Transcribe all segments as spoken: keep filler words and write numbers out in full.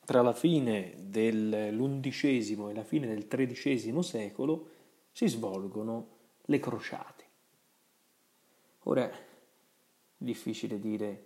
tra la fine dell'undicesimo e la fine del tredicesimo secolo si svolgono le crociate. Ora è difficile dire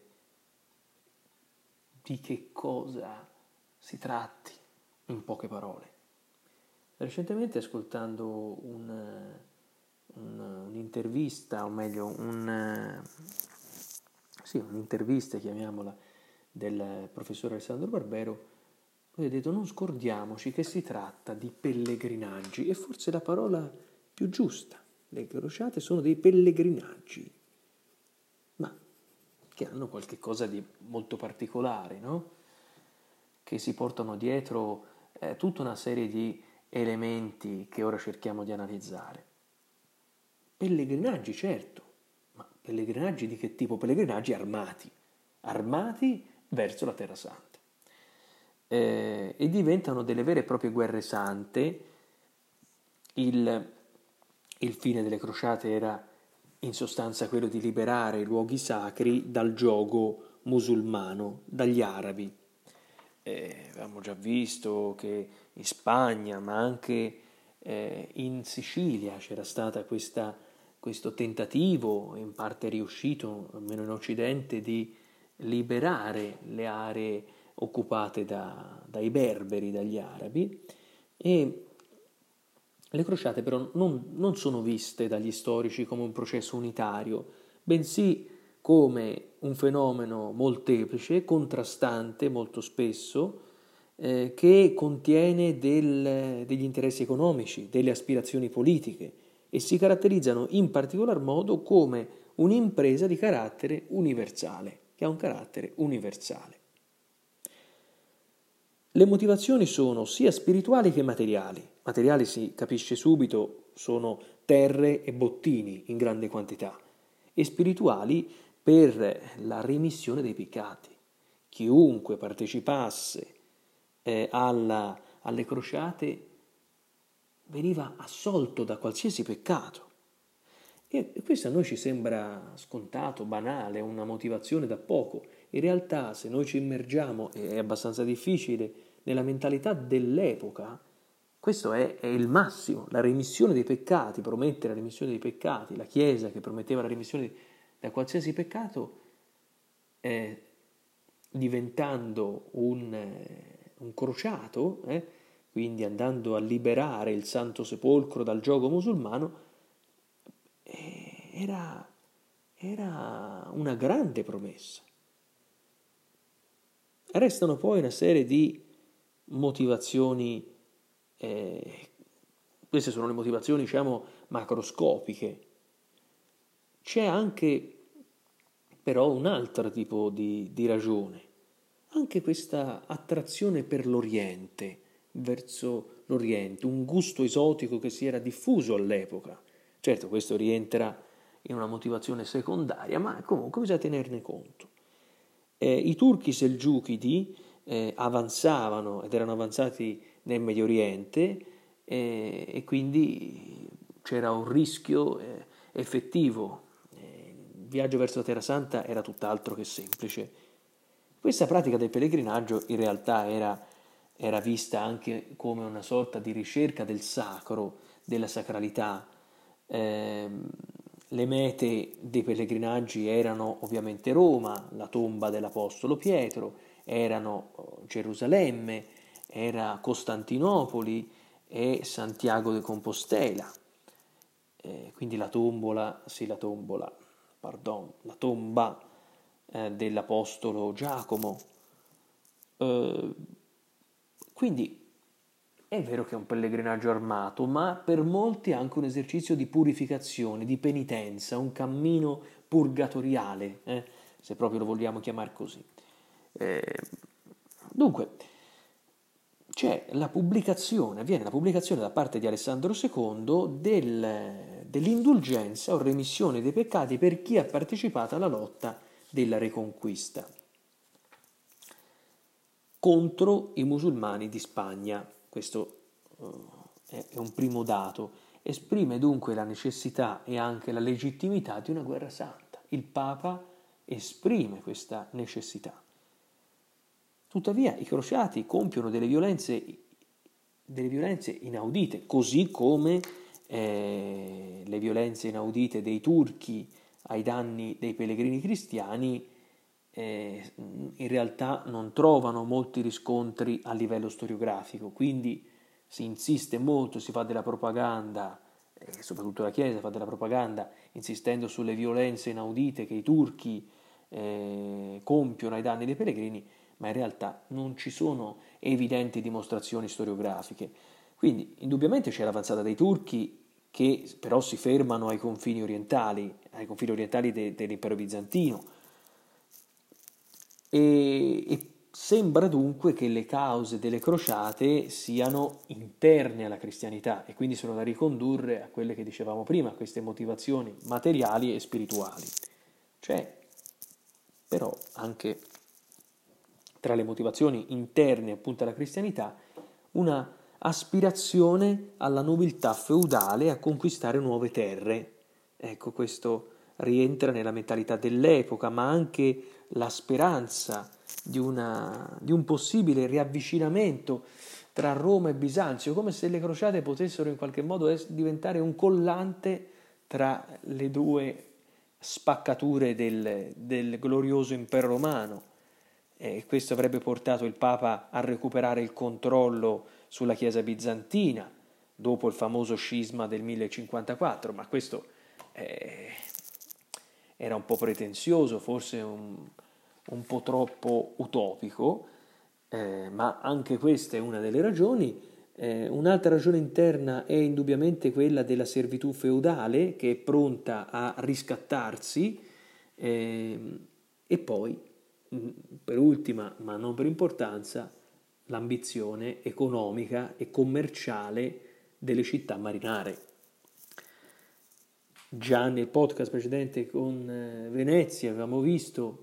di che cosa si tratti in poche parole. Recentemente, ascoltando un, un, un'intervista, o meglio un, sì, un'intervista, chiamiamola, del professore Alessandro Barbero, lui ha detto: non scordiamoci che si tratta di pellegrinaggi, e forse la parola più giusta. Le crociate sono dei pellegrinaggi, ma che hanno qualche cosa di molto particolare, no? Che si portano dietro eh, tutta una serie di elementi che ora cerchiamo di analizzare. Pellegrinaggi, certo, ma pellegrinaggi di che tipo? Pellegrinaggi armati, armati verso la Terra Santa. Eh, e diventano delle vere e proprie guerre sante. Il, il fine delle crociate era in sostanza quello di liberare i luoghi sacri dal giogo musulmano, dagli arabi. Eh, avevamo già visto che in Spagna, ma anche eh, in Sicilia c'era stata questa, questo tentativo, in parte riuscito, almeno in Occidente, di liberare le aree occupate da, dai berberi, dagli arabi. E le crociate però non, non sono viste dagli storici come un processo unitario, bensì come un fenomeno molteplice, contrastante molto spesso, eh, che contiene del, degli interessi economici, delle aspirazioni politiche, e si caratterizzano in particolar modo come un'impresa di carattere universale, che ha un carattere universale. Le motivazioni sono sia spirituali che materiali. Materiali, si capisce subito, sono terre e bottini in grande quantità, e spirituali per la remissione dei peccati. Chiunque partecipasse eh, alla, alle crociate veniva assolto da qualsiasi peccato. E questo a noi ci sembra scontato, banale, una motivazione da poco. In realtà, se noi ci immergiamo, e è abbastanza difficile, nella mentalità dell'epoca, questo è, è il massimo, la remissione dei peccati, promettere la remissione dei peccati, la Chiesa che prometteva la remissione da qualsiasi peccato, eh, diventando un, eh, un crociato, eh, quindi andando a liberare il Santo Sepolcro dal giogo musulmano, eh, era, era una grande promessa. Restano poi una serie di motivazioni, eh, queste sono le motivazioni, diciamo, macroscopiche. C'è anche però un altro tipo di, di ragione, anche questa attrazione per l'Oriente, verso l'Oriente, un gusto esotico che si era diffuso all'epoca. Certo, questo rientra in una motivazione secondaria, ma comunque bisogna tenerne conto. Eh, I turchi selgiuchidi eh, avanzavano ed erano avanzati nel Medio Oriente, eh, e quindi c'era un rischio eh, effettivo. Eh, il viaggio verso la Terra Santa era tutt'altro che semplice. Questa pratica del pellegrinaggio in realtà era, era vista anche come una sorta di ricerca del sacro, della sacralità. Eh, le mete dei pellegrinaggi erano ovviamente Roma, la tomba dell'Apostolo Pietro, erano Gerusalemme, era Costantinopoli e Santiago de Compostela. Eh, quindi la tombola, sì la tombola, pardon, la tomba eh, dell'Apostolo Giacomo. Eh, quindi è vero che è un pellegrinaggio armato, ma per molti è anche un esercizio di purificazione, di penitenza, un cammino purgatoriale, eh, se proprio lo vogliamo chiamare così. Eh, dunque, c'è la pubblicazione, avviene la pubblicazione da parte di Alessandro secondo del, dell'indulgenza o remissione dei peccati per chi ha partecipato alla lotta della Reconquista contro i musulmani di Spagna. Questo uh, è, è un primo dato. Esprime dunque la necessità e anche la legittimità di una guerra santa. Il Papa esprime questa necessità. Tuttavia i crociati compiono delle violenze, delle violenze inaudite, così come eh, le violenze inaudite dei turchi ai danni dei pellegrini cristiani eh, in realtà non trovano molti riscontri a livello storiografico, quindi si insiste molto, si fa della propaganda, eh, soprattutto la Chiesa fa della propaganda, insistendo sulle violenze inaudite che i turchi eh, compiono ai danni dei pellegrini, ma in realtà non ci sono evidenti dimostrazioni storiografiche. Quindi indubbiamente c'è l'avanzata dei turchi che però si fermano ai confini orientali, ai confini orientali de, dell'impero bizantino, e, e sembra dunque che le cause delle crociate siano interne alla cristianità e quindi sono da ricondurre a quelle che dicevamo prima, a queste motivazioni materiali e spirituali. C'è però anche tra le motivazioni interne appunto alla cristianità una aspirazione alla nobiltà feudale a conquistare nuove terre. Ecco, questo rientra nella mentalità dell'epoca, ma anche la speranza di, una, di un possibile riavvicinamento tra Roma e Bisanzio, come se le crociate potessero in qualche modo es- diventare un collante tra le due spaccature del, del glorioso impero romano. E questo avrebbe portato il Papa a recuperare il controllo sulla Chiesa bizantina dopo il famoso scisma del millecinquantaquattro, ma questo eh, era un po' pretenzioso, forse un, un po' troppo utopico, eh, ma anche questa è una delle ragioni. Eh, un'altra ragione interna è indubbiamente quella della servitù feudale che è pronta a riscattarsi, eh, e poi, per ultima, ma non per importanza, l'ambizione economica e commerciale delle città marinare. Già nel podcast precedente con Venezia avevamo visto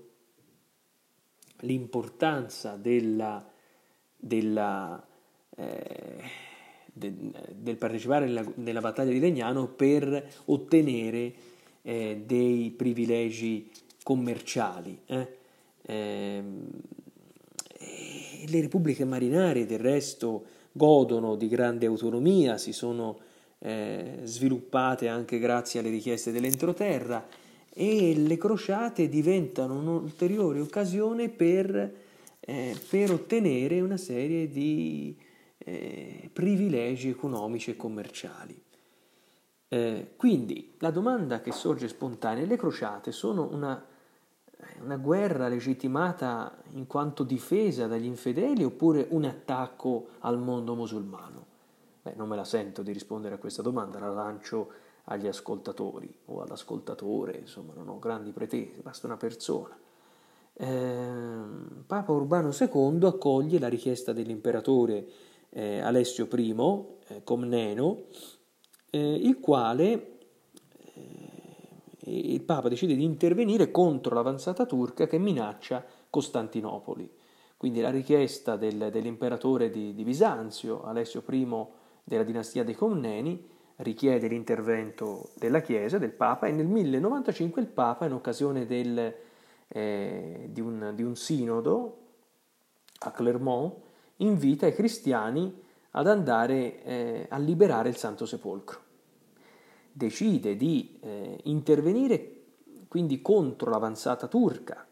l'importanza della, della, eh, de, del partecipare nella, nella battaglia di Legnano per ottenere eh, dei privilegi commerciali. Eh? Eh, le repubbliche marinarie del resto godono di grande autonomia, si sono eh, sviluppate anche grazie alle richieste dell'entroterra e le crociate diventano un'ulteriore occasione per, eh, per ottenere una serie di eh, privilegi economici e commerciali. Eh, quindi la domanda che sorge spontanea: le crociate sono una, una guerra legittimata in quanto difesa dagli infedeli oppure un attacco al mondo musulmano? Beh, non me la sento di rispondere a questa domanda, la lancio agli ascoltatori o all'ascoltatore, insomma non ho grandi pretese, basta una persona. Eh, Papa Urbano secondo accoglie la richiesta dell'imperatore eh, Alessio I, eh, Comneno, eh, il quale eh, il Papa decide di intervenire contro l'avanzata turca che minaccia Costantinopoli. Quindi la richiesta del, dell'imperatore di, di Bisanzio, Alessio I della dinastia dei Comneni, richiede l'intervento della Chiesa, del Papa, e nel millecentonovantacinque il Papa, in occasione del, eh, di, un, di un sinodo a Clermont, invita i cristiani ad andare eh, a liberare il Santo Sepolcro. Decide di eh, intervenire quindi contro l'avanzata turca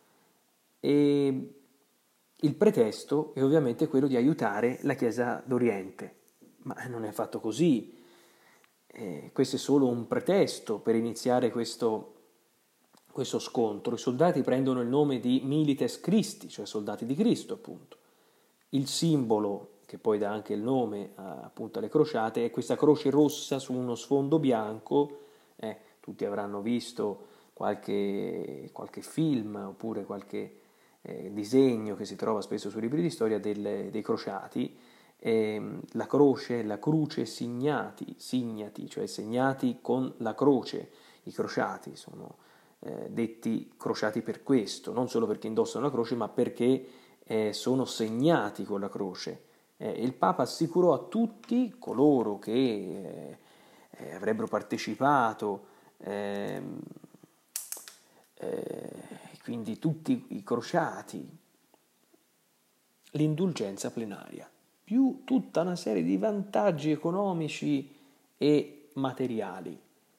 e il pretesto è ovviamente quello di aiutare la Chiesa d'Oriente, ma non è fatto così. Eh, questo è solo un pretesto per iniziare questo, questo scontro. I soldati prendono il nome di Milites Christi, cioè soldati di Cristo, appunto. Il simbolo, che poi dà anche il nome appunto alle crociate, è questa croce rossa su uno sfondo bianco. Eh, tutti avranno visto qualche, qualche film oppure qualche eh, disegno che si trova spesso sui libri di storia del, dei crociati. Eh, la croce, la cruce signati, signati, cioè segnati con la croce. I crociati sono eh, detti crociati per questo, non solo perché indossano la croce, ma perché eh, sono segnati con la croce. Eh, il Papa assicurò a tutti coloro che eh, avrebbero partecipato, eh, eh, quindi tutti i crociati, l'indulgenza plenaria, più tutta una serie di vantaggi economici e materiali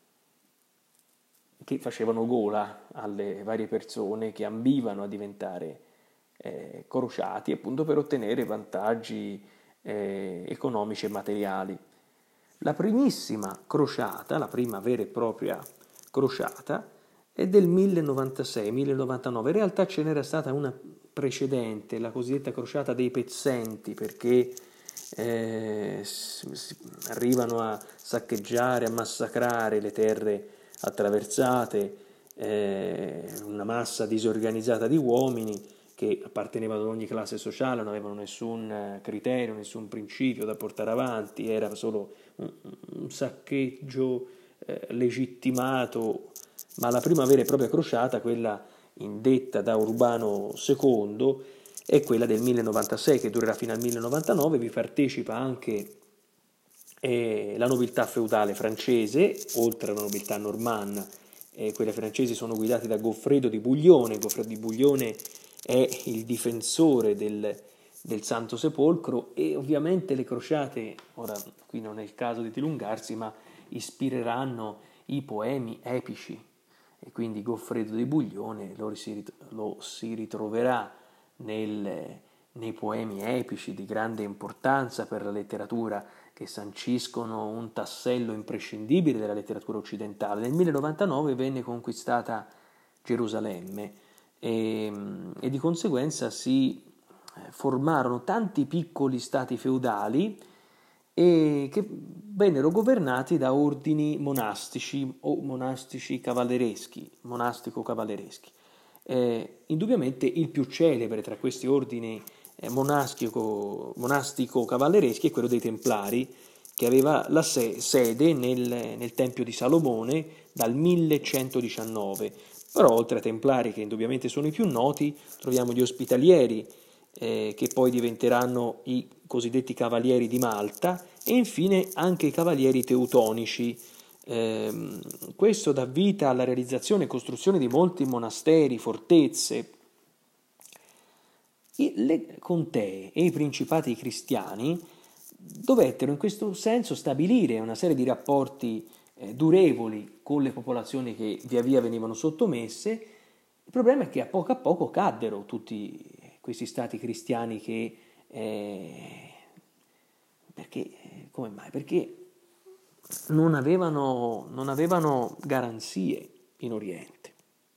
che facevano gola alle varie persone che ambivano a diventare eh, crociati, appunto per ottenere vantaggi eh, economici e materiali. La primissima crociata, la prima vera e propria crociata, è del millecentonovantasei millecentonovantanove. In realtà ce n'era stata una precedente, la cosiddetta crociata dei pezzenti, perché eh, arrivano a saccheggiare, a massacrare le terre attraversate, eh, una massa disorganizzata di uomini che appartenevano ad ogni classe sociale, non avevano nessun criterio, nessun principio da portare avanti, era solo un, un saccheggio eh, legittimato. Ma la prima vera e propria crociata, quella indetta da Urbano secondo, è quella del millecentonovantasei, che durerà fino al millecentonovantanove. Vi partecipa anche eh, la nobiltà feudale francese, oltre alla nobiltà normanna. Eh, quelle francesi sono guidate da Goffredo di Bouillon. Goffredo di Bouillon è il difensore del, del Santo Sepolcro, e ovviamente le crociate, ora qui non è il caso di dilungarsi, ma ispireranno i poemi epici, e quindi Goffredo di Bouillon lo si, lo si ritroverà nel, nei poemi epici di grande importanza per la letteratura, che sanciscono un tassello imprescindibile della letteratura occidentale. Nel millecentonovantanove venne conquistata Gerusalemme e, e di conseguenza si formarono tanti piccoli stati feudali e che vennero governati da ordini monastici o monastici cavallereschi, monastico-cavallereschi. Eh, indubbiamente il più celebre tra questi ordini eh, monastico, monastico-cavallereschi è quello dei Templari, che aveva la se- sede nel, nel Tempio di Salomone dal millecentodiciannove. Però oltre ai Templari, che indubbiamente sono i più noti, troviamo gli Ospitalieri, eh, che poi diventeranno i cosiddetti Cavalieri di Malta, e infine anche i Cavalieri Teutonici. Eh, questo dà vita alla realizzazione e costruzione di molti monasteri, fortezze. I, le contee e i principati cristiani dovettero in questo senso stabilire una serie di rapporti eh, durevoli con le popolazioni che via via venivano sottomesse. Il problema è che a poco a poco caddero tutti questi stati cristiani che eh, perché come mai? Perché non avevano, non avevano garanzie in Oriente,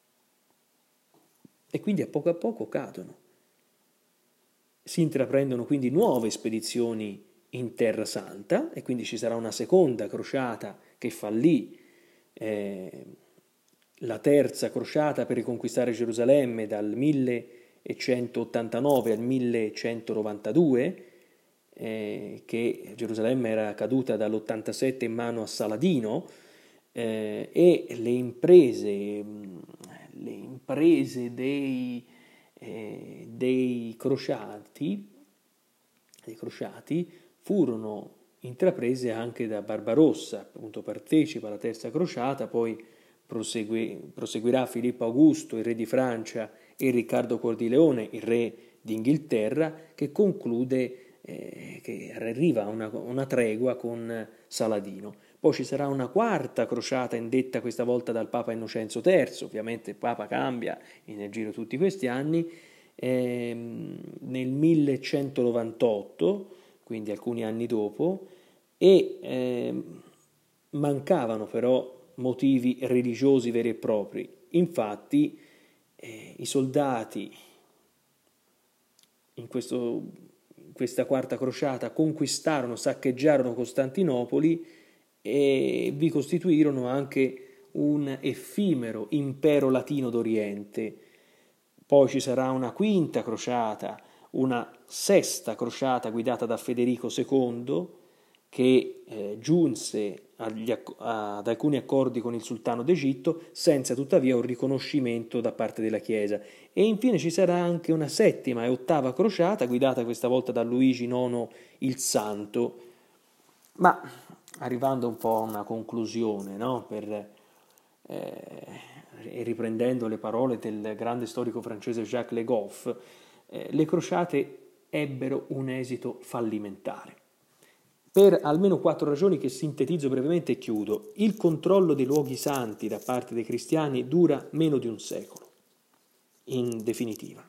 e quindi a poco a poco cadono. Si intraprendono quindi nuove spedizioni in Terra Santa, e quindi ci sarà una seconda crociata che fallì, eh, la terza crociata per riconquistare Gerusalemme dal millecentottantanove al millecentonovantadue, eh, che Gerusalemme era caduta dall'ottantasette in mano a Saladino, eh, e le imprese, le imprese dei, eh, dei crociati, dei crociati furono intraprese anche da Barbarossa. Appunto partecipa alla terza crociata, poi prosegue, proseguirà Filippo Augusto, il re di Francia, e Riccardo Cuor di Leone, il re d'Inghilterra, che conclude, eh, che arriva a una, una tregua con Saladino. Poi ci sarà una quarta crociata indetta questa volta dal Papa Innocenzo terzo, ovviamente il Papa cambia nel giro di tutti questi anni, ehm, nel millecentonovantotto, quindi alcuni anni dopo, e eh, mancavano però motivi religiosi veri e propri. Infatti eh, i soldati in, questo, in questa quarta crociata conquistarono, saccheggiarono Costantinopoli e vi costituirono anche un effimero impero latino d'Oriente. Poi ci sarà una quinta crociata, una sesta crociata guidata da Federico secondo, che eh, giunse agli, ad alcuni accordi con il sultano d'Egitto senza tuttavia un riconoscimento da parte della Chiesa. E infine ci sarà anche una settima e ottava crociata guidata questa volta da Luigi nono il Santo. Ma arrivando un po' a una conclusione, no? Per, eh, e riprendendo le parole del grande storico francese Jacques Le Goff, eh, le crociate ebbero un esito fallimentare. Per almeno quattro ragioni che sintetizzo brevemente e chiudo. Il controllo dei luoghi santi da parte dei cristiani dura meno di un secolo, in definitiva,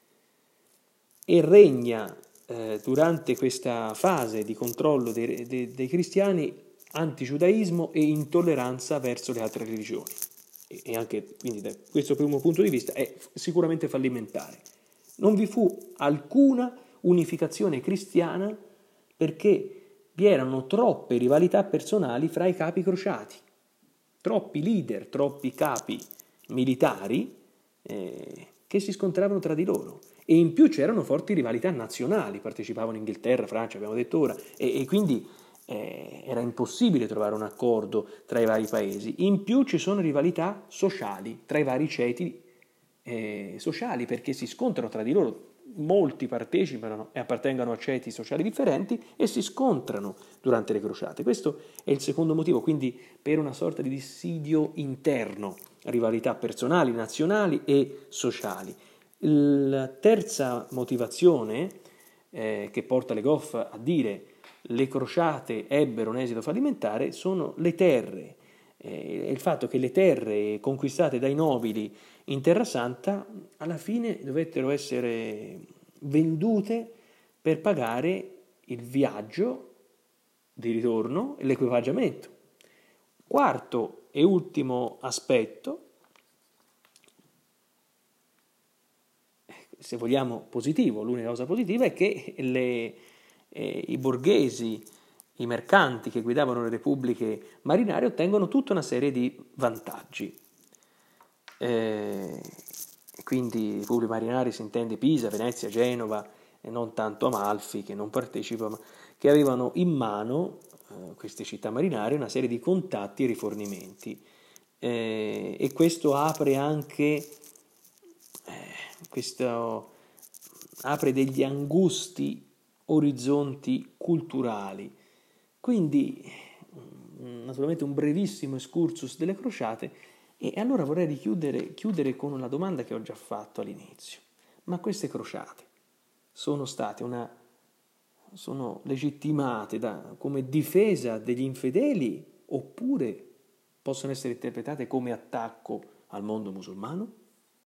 e regna eh, durante questa fase di controllo dei, dei, dei cristiani antigiudaismo e intolleranza verso le altre religioni. E, e anche, quindi, da questo primo punto di vista è sicuramente fallimentare. Non vi fu alcuna unificazione cristiana perché vi erano troppe rivalità personali fra i capi crociati, troppi leader, troppi capi militari eh, che si scontravano tra di loro, e in più c'erano forti rivalità nazionali, partecipavano Inghilterra, Francia, abbiamo detto ora, e, e quindi eh, era impossibile trovare un accordo tra i vari paesi. In più ci sono rivalità sociali tra i vari ceti eh, sociali, perché si scontrano tra di loro. Molti partecipano e appartengono a ceti sociali differenti e si scontrano durante le crociate. Questo è il secondo motivo, quindi per una sorta di dissidio interno, rivalità personali, nazionali e sociali. La terza motivazione eh, che porta Le Goff a dire le crociate ebbero un esito fallimentare sono le terre, eh, il fatto che le terre conquistate dai nobili in Terra Santa alla fine dovettero essere vendute per pagare il viaggio di ritorno e l'equipaggiamento. Quarto e ultimo aspetto, se vogliamo positivo, l'unica cosa positiva è che le, eh, i borghesi, i mercanti che guidavano le repubbliche marinarie ottengono tutta una serie di vantaggi. Eh, quindi Repubbliche Marinarie si intende Pisa, Venezia, Genova e non tanto Amalfi, che non partecipa, ma che avevano in mano eh, queste città marinarie una serie di contatti e rifornimenti, eh, e questo apre anche eh, questo apre degli angusti orizzonti culturali. Quindi naturalmente un brevissimo excursus delle crociate. E allora vorrei richiudere chiudere con una domanda che ho già fatto all'inizio. Ma queste crociate sono state una sono legittimate da, come difesa degli infedeli, oppure possono essere interpretate come attacco al mondo musulmano?